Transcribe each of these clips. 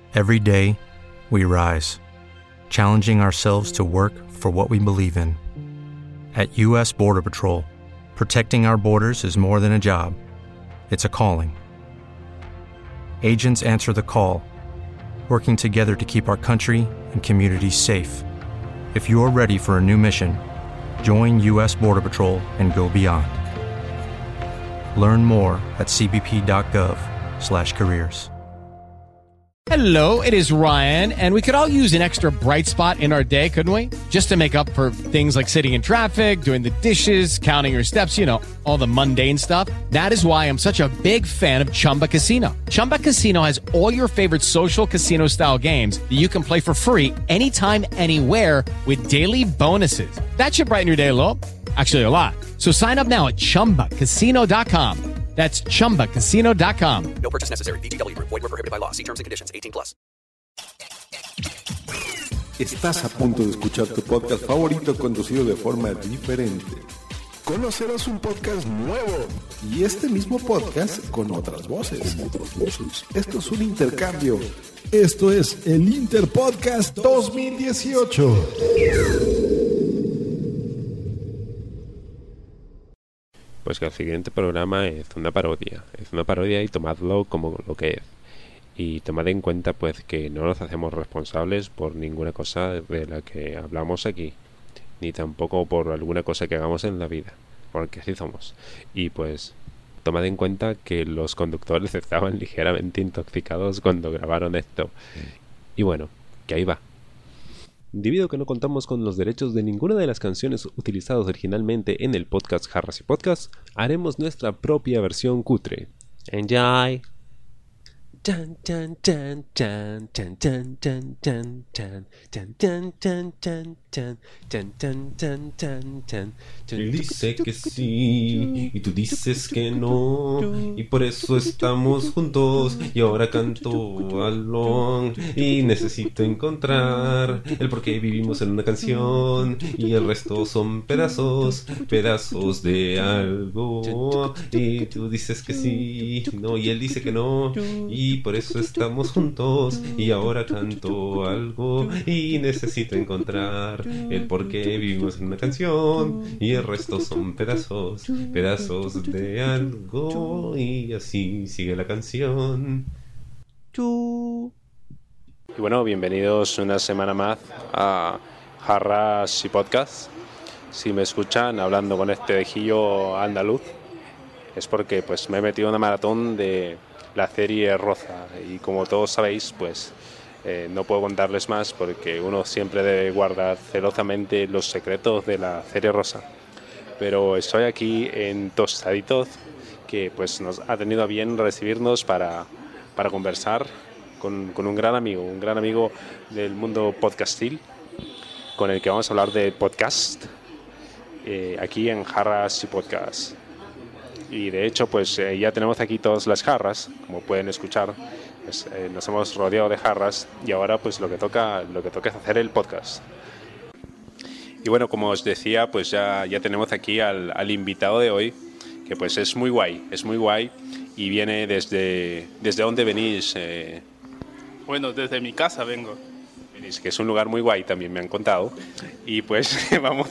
Every day, we rise, challenging ourselves to work for what we believe in. At U.S. Border Patrol, protecting our borders is more than a job. It's a calling. Agents answer the call, working together to keep our country and communities safe. If you're ready for a new mission, join U.S. Border Patrol and go beyond. Learn more at cbp.gov/careers. Hello, it is Ryan, and we could all use an extra bright spot in our day, couldn't we? Just to make up for things like sitting in traffic, doing the dishes, counting your steps, all the mundane stuff. That is why I'm such a big fan of Chumba Casino. Chumba Casino has all your favorite social casino-style games that you can play for free anytime, anywhere with daily bonuses. That should brighten your day a little. Actually, a lot. So sign up now at ChumbaCasino.com. That's ChumbaCasino.com. No purchase necessary. VGW Group. Void where prohibited by law. See terms and conditions. 18+. Estás a punto de escuchar tu podcast favorito conducido de forma diferente. Conocerás un podcast nuevo y este mismo podcast con otras voces. Esto es un intercambio. Esto es el Interpodcast 2018. Pues que el siguiente programa es una parodia y tomadlo como lo que es. Y tomad en cuenta pues que no nos hacemos responsables por ninguna cosa de la que hablamos aquí, ni tampoco por alguna cosa que hagamos en la vida, porque así somos. Y pues tomad en cuenta que los conductores estaban ligeramente intoxicados cuando grabaron esto. Y bueno, que ahí va. Debido a que no contamos con los derechos de ninguna de las canciones utilizadas originalmente en el podcast Jarras y Podcast, haremos nuestra propia versión cutre. Enjoy. Chan chan chan chan chan chan chan chan chan chan chan chan chan chan chan chan chan chan chan. Él dice que sí y tú dices que no, y por eso estamos juntos y ahora canto along y necesito encontrar el por qué vivimos en una canción y el resto son pedazos de algo, y tú dices que sí, no, y él dice que no, y por eso estamos juntos y ahora canto algo y necesito encontrar el por qué vivimos en una canción y el resto son pedazos de algo, y así sigue la canción. Y bueno, bienvenidos una semana más a Jarras y Podcast. Si me escuchan hablando con este dejillo andaluz es porque pues me he metido en una maratón de la serie Rosa, y como todos sabéis pues no puedo contarles más porque uno siempre debe guardar celosamente los secretos de la serie Rosa, pero estoy aquí en Tostaditos, que pues nos ha tenido a bien recibirnos para conversar con un gran amigo del mundo podcastil, con el que vamos a hablar de podcast aquí en Jarras y Podcast. Y de hecho pues ya tenemos aquí todas las jarras, como pueden escuchar, pues, nos hemos rodeado de jarras y ahora pues lo que toca es hacer el podcast. Y bueno, como os decía, pues ya tenemos aquí al invitado de hoy, que pues es muy guay y viene desde ¿dónde venís? Bueno, desde mi casa vengo. Venís, que es un lugar muy guay también me han contado, y pues vamos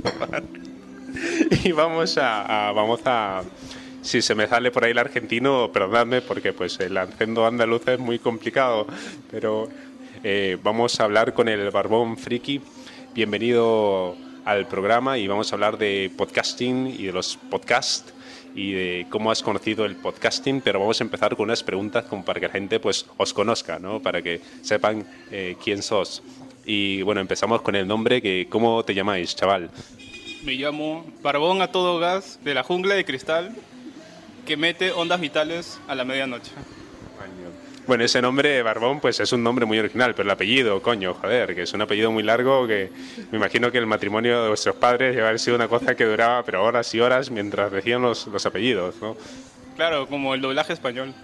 a si se me sale por ahí el argentino, perdonadme porque pues el acento andaluz es muy complicado, pero vamos a hablar con el Barbón Friki. Bienvenido al programa y vamos a hablar de podcasting y de los podcasts y de cómo has conocido el podcasting, pero vamos a empezar con unas preguntas como para que la gente pues os conozca, ¿no? Para que sepan quién sos. Y bueno, empezamos con el nombre, ¿cómo te llamáis, chaval? Me llamo Barbón a todo gas de la jungla de cristal que mete ondas vitales a la medianoche. Bueno, ese nombre, Barbón, pues es un nombre muy original, pero el apellido, coño, joder, que es un apellido muy largo, que me imagino que el matrimonio de vuestros padres debe haber sido una cosa que duraba pero horas y horas mientras decían los apellidos, ¿no? Claro, como el doblaje español.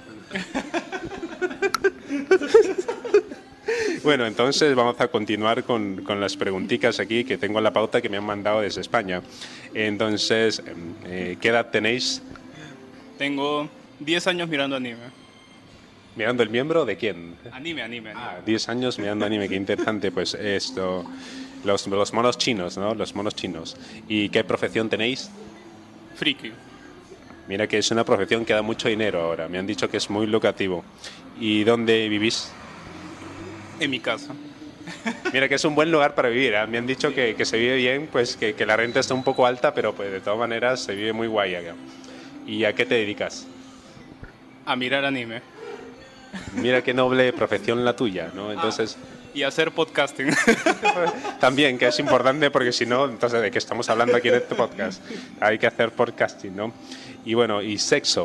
Bueno, entonces vamos a continuar con las preguntitas aquí que tengo en la pauta que me han mandado desde España. Entonces, ¿qué edad tenéis? Tengo 10 años mirando anime. ¿Mirando el miembro de quién? Anime. 10 años mirando anime, qué interesante. Pues esto, los monos chinos, ¿no? Los monos chinos. ¿Y qué profesión tenéis? Friki. Mira que es una profesión que da mucho dinero ahora. Me han dicho que es muy lucrativo. ¿Y dónde vivís? En mi casa. Mira que es un buen lugar para vivir, ¿eh? Me han dicho que se vive bien, pues que la renta está un poco alta, pero pues de todas maneras se vive muy guay acá. ¿Y a qué te dedicas? A mirar anime. Mira qué noble profesión la tuya, ¿no? Entonces, Y hacer podcasting. también, que es importante porque si no, entonces ¿de qué estamos hablando aquí en este podcast? Hay que hacer podcasting, ¿no? Y bueno, ¿y sexo?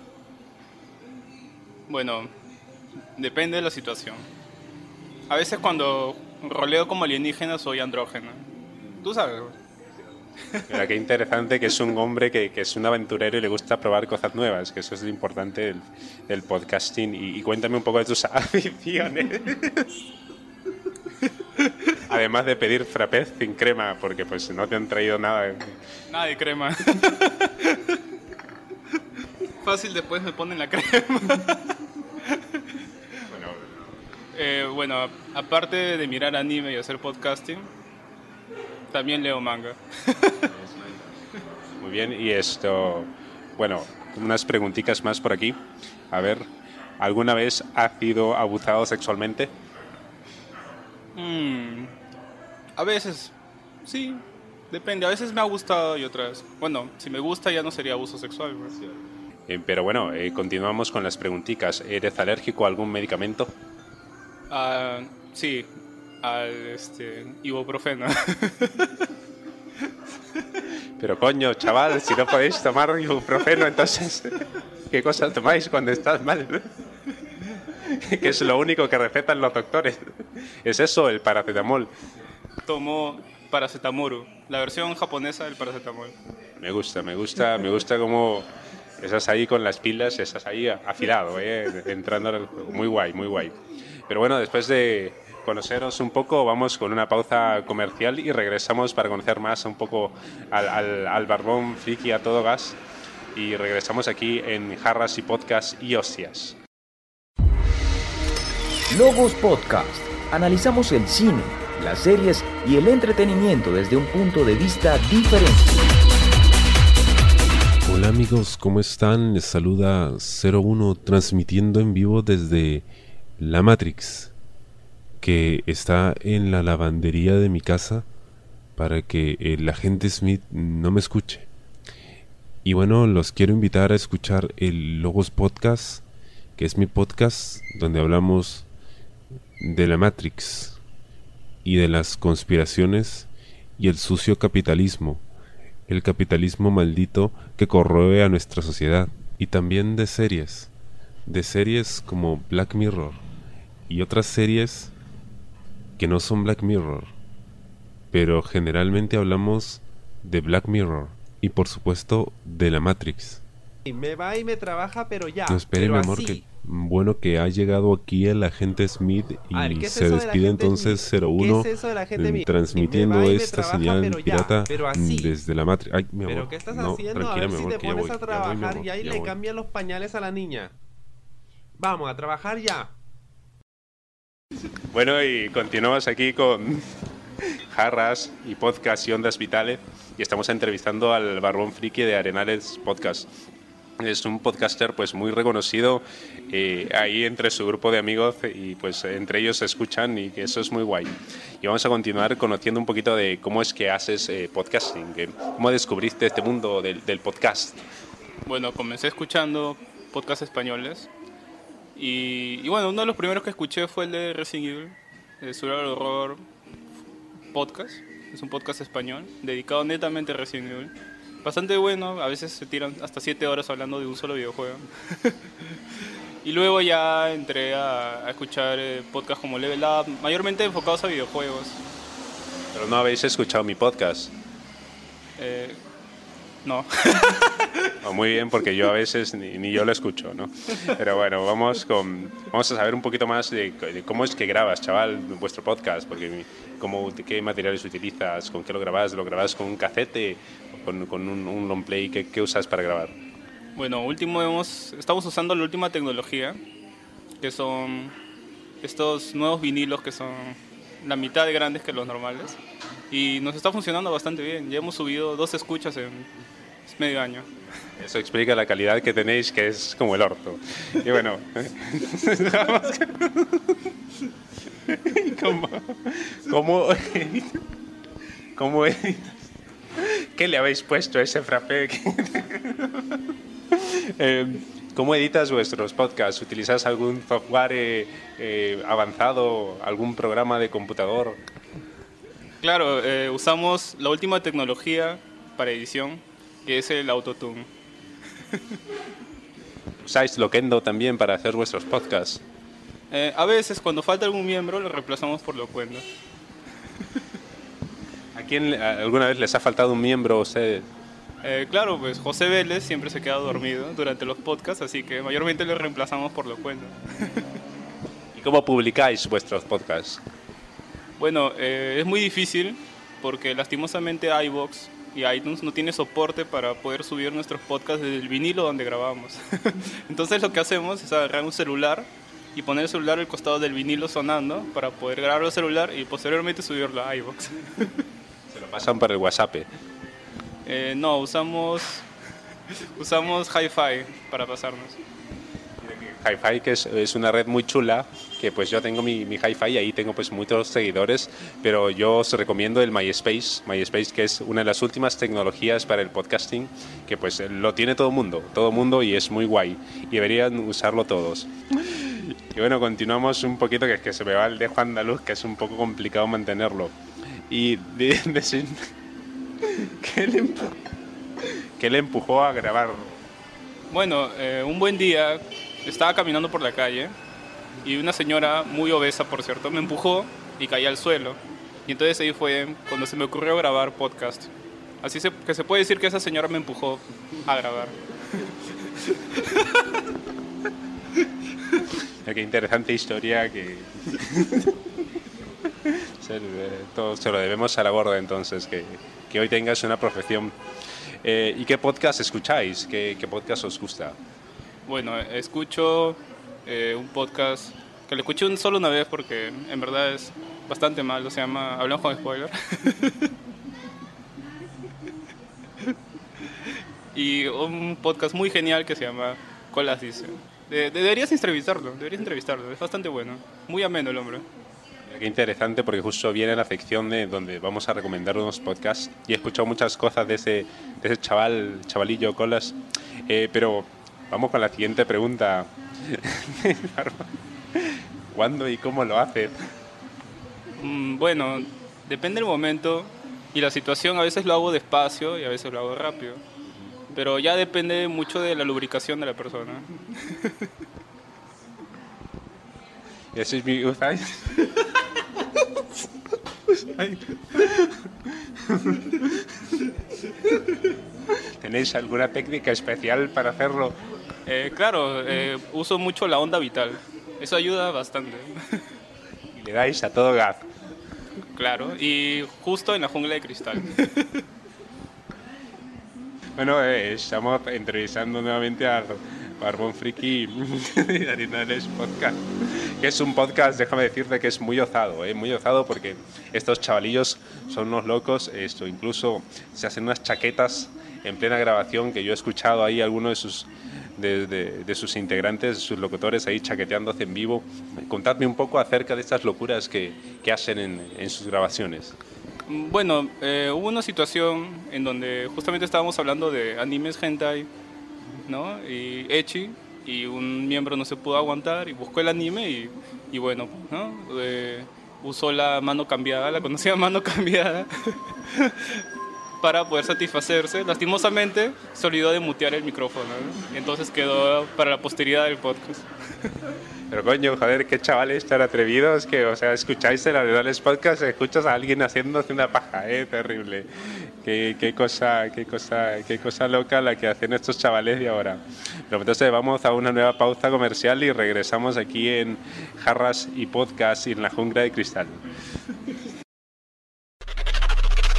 Bueno, depende de la situación. A veces cuando roleo como alienígena soy andrógena. Tú sabes, güey. Mira qué interesante que es un hombre que es un aventurero y le gusta probar cosas nuevas, que eso es lo importante del podcasting. Y cuéntame un poco de tus aficiones. Además de pedir frappés sin crema, porque pues no te han traído nada. Nada de crema. Fácil, después me ponen la crema. Bueno, aparte de mirar anime y hacer podcasting, también leo manga. Muy bien, y esto, bueno, unas preguntitas más por aquí. A ver, ¿alguna vez has sido abusado sexualmente? A veces, sí, depende. A veces me ha gustado y otras. Bueno, si me gusta ya no sería abuso sexual, ¿no? Pero bueno, continuamos con las preguntitas. ¿Eres alérgico a algún medicamento? Sí, al ibuprofeno. Pero coño, chaval, si no podéis tomar ibuprofeno, entonces, ¿qué cosas tomáis cuando estás mal? Que es lo único que recetan los doctores. ¿Es eso, el paracetamol? Tomo paracetamol, la versión japonesa del paracetamol. Me gusta como estás ahí con las pilas, estás ahí afilado, entrando al juego. Muy guay, muy guay. Pero bueno, después de conoceros un poco, vamos con una pausa comercial y regresamos para conocer más un poco al Barbón Friki a todo gas. Y regresamos aquí en Jarras y Podcast y Hostias. Logos Podcast. Analizamos el cine, las series y el entretenimiento desde un punto de vista diferente. Hola amigos, ¿cómo están? Les saluda 01 transmitiendo en vivo desde La Matrix, que está en la lavandería de mi casa para que el agente Smith no me escuche. Y bueno, los quiero invitar a escuchar el Logos Podcast, que es mi podcast donde hablamos de la Matrix y de las conspiraciones y el sucio capitalismo, el capitalismo maldito que corroe a nuestra sociedad, y también de series como Black Mirror y otras series que no son Black Mirror, pero generalmente hablamos de Black Mirror y por supuesto de la Matrix. Me va y me trabaja, pero ya. No, espere, mi amor, que bueno que ha llegado aquí el agente Smith y ver, se despide entonces 01 transmitiendo esta señal pirata desde la Matrix. Ay, mi amor, ¿pero qué estás no, haciendo? A tranquila, ver mi si amor, te que ya pones voy, a trabajar mi amor, y ahí ya le voy. cambian los pañales a la niña. Vamos, a trabajar ya. Bueno, y continuamos aquí con Jarras y Podcast y Ondas Vitales, y estamos entrevistando al Barbón Friki de Arenales Podcast. Es un podcaster pues muy reconocido ahí entre su grupo de amigos, y pues entre ellos se escuchan, y que eso es muy guay. Y vamos a continuar conociendo un poquito de cómo es que haces podcasting, cómo descubriste este mundo del podcast. Bueno, comencé escuchando podcasts españoles y bueno, uno de los primeros que escuché fue el de Resident Evil, el Survival Horror Podcast. Es un podcast español dedicado netamente a Resident Evil. Bastante bueno, a veces se tiran hasta 7 horas hablando de un solo videojuego. Y luego ya entré a escuchar podcasts como Level Up, mayormente enfocados a videojuegos. Pero no habéis escuchado mi podcast. No. Oh, muy bien, porque yo a veces ni yo lo escucho, ¿no? Pero bueno, vamos a saber un poquito más de cómo es que grabas, chaval, vuestro podcast, porque qué materiales utilizas, con qué lo grabas con un casete, con un long play, ¿qué usas para grabar? Bueno, estamos usando la última tecnología, que son estos nuevos vinilos que son la mitad de grandes que los normales. Y nos está funcionando bastante bien. Ya hemos subido 2 escuchas en medio año. Eso explica la calidad que tenéis, que es como el orto. Y bueno, ¿Cómo ¿qué le habéis puesto a ese frappé? ¿Cómo editas vuestros podcasts? ¿Utilizas algún software avanzado, algún programa de computador? Claro, usamos la última tecnología para edición, que es el Autotune. ¿Usáis Loquendo también para hacer vuestros podcasts? A veces, cuando falta algún miembro, lo reemplazamos por Loquendo. ¿A quién alguna vez les ha faltado un miembro a ustedes? Claro, pues José Vélez siempre se queda dormido durante los podcasts, así que mayormente lo reemplazamos por Loquendo. ¿Y cómo publicáis vuestros podcasts? Bueno, es muy difícil porque lastimosamente iVoox y iTunes no tiene soporte para poder subir nuestros podcasts desde el vinilo donde grabamos. Entonces lo que hacemos es agarrar un celular y poner el celular al costado del vinilo sonando para poder grabarlo al celular y posteriormente subirlo a iVoox. ¿Se lo pasan por el WhatsApp? No, usamos Hi-Fi para pasarnos. Hi-Fi, que es una red muy chula, que pues yo tengo mi Hi-Fi y ahí tengo pues muchos seguidores, pero yo os recomiendo el MySpace, que es una de las últimas tecnologías para el podcasting, que pues lo tiene todo el mundo y es muy guay, y deberían usarlo todos. Y bueno, continuamos un poquito, que es que se me va el dejo andaluz, que es un poco complicado mantenerlo. Y ¿qué le empujó a grabar? Bueno, un buen día estaba caminando por la calle y una señora muy obesa, por cierto, me empujó y caí al suelo. Y entonces ahí fue cuando se me ocurrió grabar podcast. Así que se puede decir que esa señora me empujó a grabar. Qué interesante historia, que todo se lo debemos a la gorda, entonces, que hoy tengas una profesión. ¿Y qué podcast escucháis? ¿Qué podcast os gusta? Bueno, escucho un podcast que lo escuché solo una vez porque en verdad es bastante malo, se llama Hablamos con Spoiler. Y un podcast muy genial que se llama Colas Dice. Deberías entrevistarlo, es bastante bueno, muy ameno el hombre. Qué interesante, porque justo viene la sección de donde vamos a recomendar unos podcasts y he escuchado muchas cosas de ese chavalillo Colas, pero vamos con la siguiente pregunta. ¿Cuándo y cómo lo haces? Bueno, depende del momento y la situación. A veces lo hago despacio y a veces lo hago rápido, pero ya depende mucho de la lubricación de la persona. ¿Y ese es mi usáis? ¿Tenéis alguna técnica especial para hacerlo? Claro, uso mucho la onda vital. Eso ayuda bastante. Y le dais a todo gas. Claro, y justo en la jungla de cristal. Bueno, estamos entrevistando nuevamente a Barbón Friki de Arenales Podcast, que es un podcast, déjame decirte, que es muy osado porque estos chavalillos son unos locos. Incluso se hacen unas chaquetas en plena grabación, que yo he escuchado ahí algunos de sus integrantes, sus locutores ahí chaqueteándose en vivo. Contadme un poco acerca de estas locuras que hacen en sus grabaciones. Bueno, hubo una situación en donde justamente estábamos hablando de animes hentai, ¿no? Y ecchi, y un miembro no se pudo aguantar y buscó el anime y bueno, ¿no? Usó la mano cambiada, la conocida mano cambiada, para poder satisfacerse. Lastimosamente se olvidó de mutear el micrófono, ¿no? Y entonces quedó para la posteridad del podcast. Pero coño, joder, qué chavales tan atrevidos, que, o sea, escucháis en Arenales Podcast, escuchas a alguien haciéndose una paja, terrible. Qué cosa loca la que hacen estos chavales de ahora. Pero entonces vamos a una nueva pausa comercial y regresamos aquí en Jarras y Podcast y en la jungla de cristal.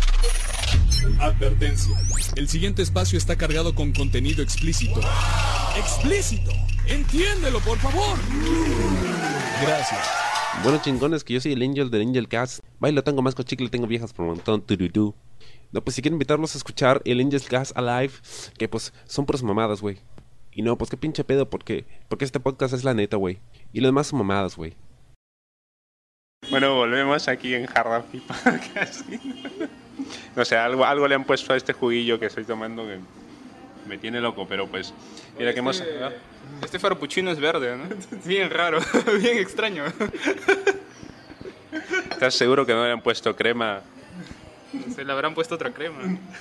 Advertencia. El siguiente espacio está cargado con contenido explícito. Explícito. Entiéndelo, por favor. Gracias. Bueno, chingones, que yo soy el Angel del Angel Cast. Bailo tango más con chicle, tengo viejas por un montón. Tururú. No, pues si quieren invitarlos a escuchar el Angel Cast Alive, que pues son puras mamadas, güey. Y no, pues qué pinche pedo, porque este podcast es la neta, güey. Y lo demás son mamadas, güey. Bueno, volvemos aquí en Jarra Podcast. No sé, algo le han puesto a este juguillo que estoy tomando que me tiene loco, pero pues mira que hemos... Este frappuccino es verde, ¿no? Bien raro, bien extraño. ¿Estás seguro que no le han puesto crema? Se le habrán puesto otra crema.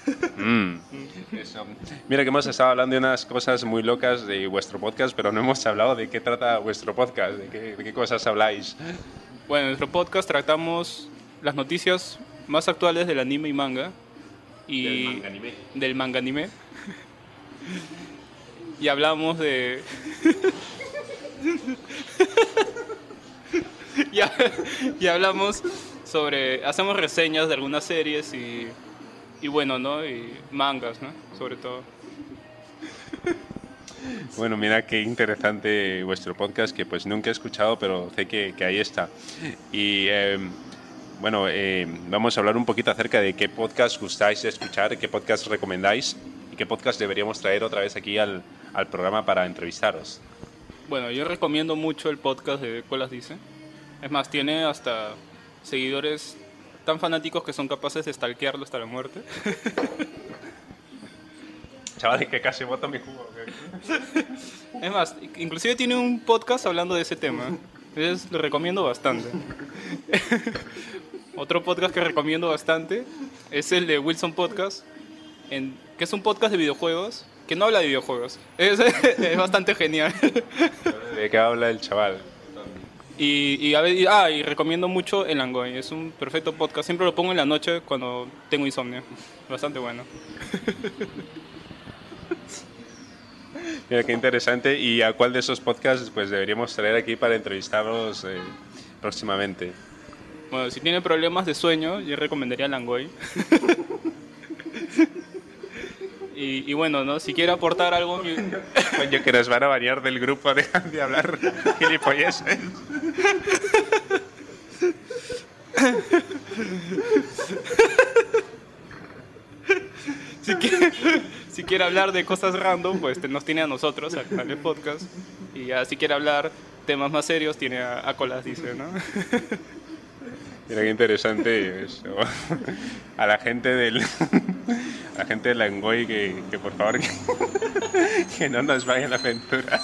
Eso. Mira que hemos estado hablando de unas cosas muy locas de vuestro podcast, pero no hemos hablado de qué trata vuestro podcast, de qué cosas habláis. Bueno, en nuestro podcast tratamos las noticias más actuales del anime y manga. Y del manga anime. Y hablamos de... y hablamos sobre... Hacemos reseñas de algunas series y bueno, ¿no? Y mangas, ¿no? Sobre todo. Bueno, mira qué interesante vuestro podcast, que pues nunca he escuchado, pero sé que ahí está. Y bueno, vamos a hablar un poquito acerca de qué podcast gustáis escuchar, qué podcast recomendáis y qué podcast deberíamos traer otra vez aquí al programa para entrevistaros. Bueno, yo recomiendo mucho el podcast de Colas Dice. Es más, tiene hasta seguidores tan fanáticos que son capaces de stalkearlo hasta la muerte. Chavales, que casi boto mi jugo. Es más, inclusive tiene un podcast hablando de ese tema. Entonces lo recomiendo bastante. Otro podcast que recomiendo bastante es el de Wilson Podcast, que es un podcast de videojuegos, que no habla de videojuegos. Es bastante genial. ¿De qué habla el chaval? Y recomiendo mucho El Langoy. Es un perfecto podcast. Siempre lo pongo en la noche cuando tengo insomnio. Bastante bueno. Mira, qué interesante. ¿Y a cuál de esos podcasts pues deberíamos traer aquí para entrevistarlos próximamente? Bueno, si tiene problemas de sueño, yo recomendaría Langoy. Y bueno, ¿no? Si quiere aportar algo... Coño, que nos van a banear del grupo, dejan de hablar gilipolleces. Si quiere hablar de cosas random, pues nos tiene a nosotros, al podcast. Y ya, si quiere hablar temas más serios, tiene a Colas Dice, ¿no? Mira qué interesante eso. A la gente del Langoy que por favor que no nos vayan a aventurar.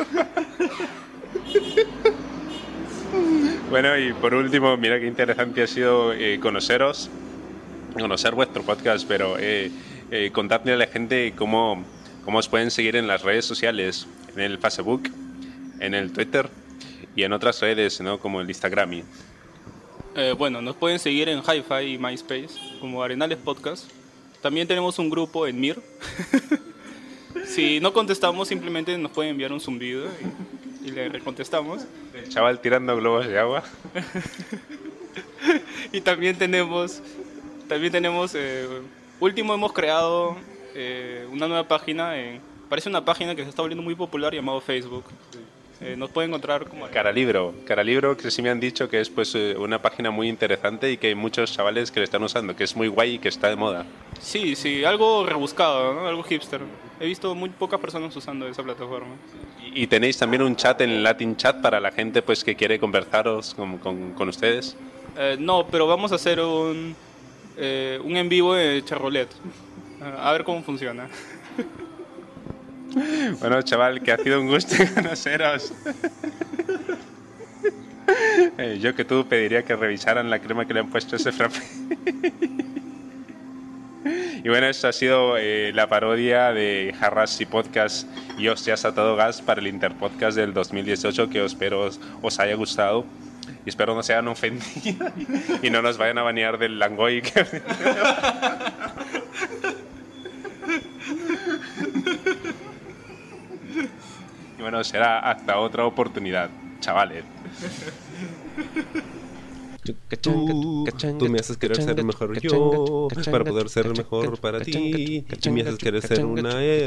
Bueno, y por último, mira qué interesante ha sido conocer vuestro podcast, pero contadle a la gente cómo os pueden seguir en las redes sociales, en el Facebook, en el Twitter y en otras redes, ¿no? Como el Instagram. Bueno, nos pueden seguir en Hi-Fi y MySpace como Arenales Podcast. También tenemos un grupo en Mir. Si no contestamos, simplemente nos pueden enviar un zumbido y le recontestamos. El chaval tirando globos de agua. Y también tenemos último hemos creado una nueva página. Parece una página que se está volviendo muy popular llamado Facebook. Nos pueden encontrar como... Caralibro, que sí me han dicho que es pues una página muy interesante y que hay muchos chavales que le están usando, que es muy guay y que está de moda. Sí, algo rebuscado, ¿no? Algo hipster. He visto muy pocas personas usando esa plataforma. Y tenéis también un chat en Latin Chat para la gente pues que quiere conversaros con ustedes. No, pero vamos a hacer un en vivo de Charrolet. A ver cómo funciona. Bueno, chaval, que ha sido un gusto conoceros. Yo que tú pediría que revisaran la crema que le han puesto a ese frappé. Y bueno, esto ha sido la parodia de Jarras y Podcast y Hostias a todo gas para el Interpodcast del 2018, que espero os haya gustado. Y espero no se hayan ofendido y no nos vayan a banear del Langoy. Y bueno, será hasta otra oportunidad, chavales. Tú me haces querer ser mejor yo, para poder ser mejor para ti. Y me haces querer ser una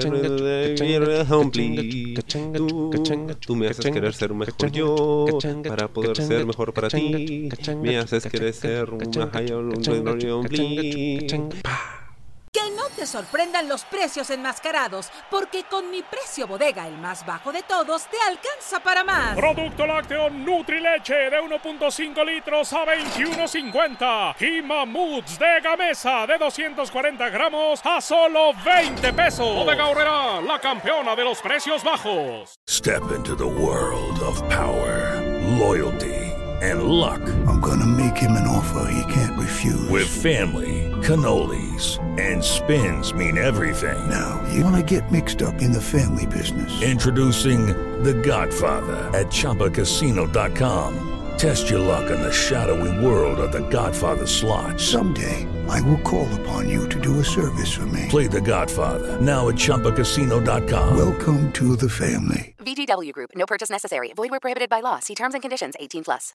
Tú me haces querer ser mejor yo, para poder ser mejor para ti. Me haces querer ser una Que no te sorprendan los precios enmascarados, porque con mi precio bodega, el más bajo de todos, te alcanza para más. Producto lácteo Nutrileche de 1.5 litros a $21.50. Y Mamuts de Gamesa de 240 gramos a solo 20 pesos. Bodega Aurrera, la campeona de los precios bajos. Step into the world of power, loyalty, and luck. I'm gonna make him an offer he can't refuse. With family, cannolis, and spins mean everything. Now, you wanna get mixed up in the family business. Introducing The Godfather at ChumbaCasino.com. Test your luck in the shadowy world of The Godfather slot. Someday, I will call upon you to do a service for me. Play The Godfather, now at ChumbaCasino.com. Welcome to the family. VGW Group. No purchase necessary. Void where prohibited by law. See terms and conditions. 18+.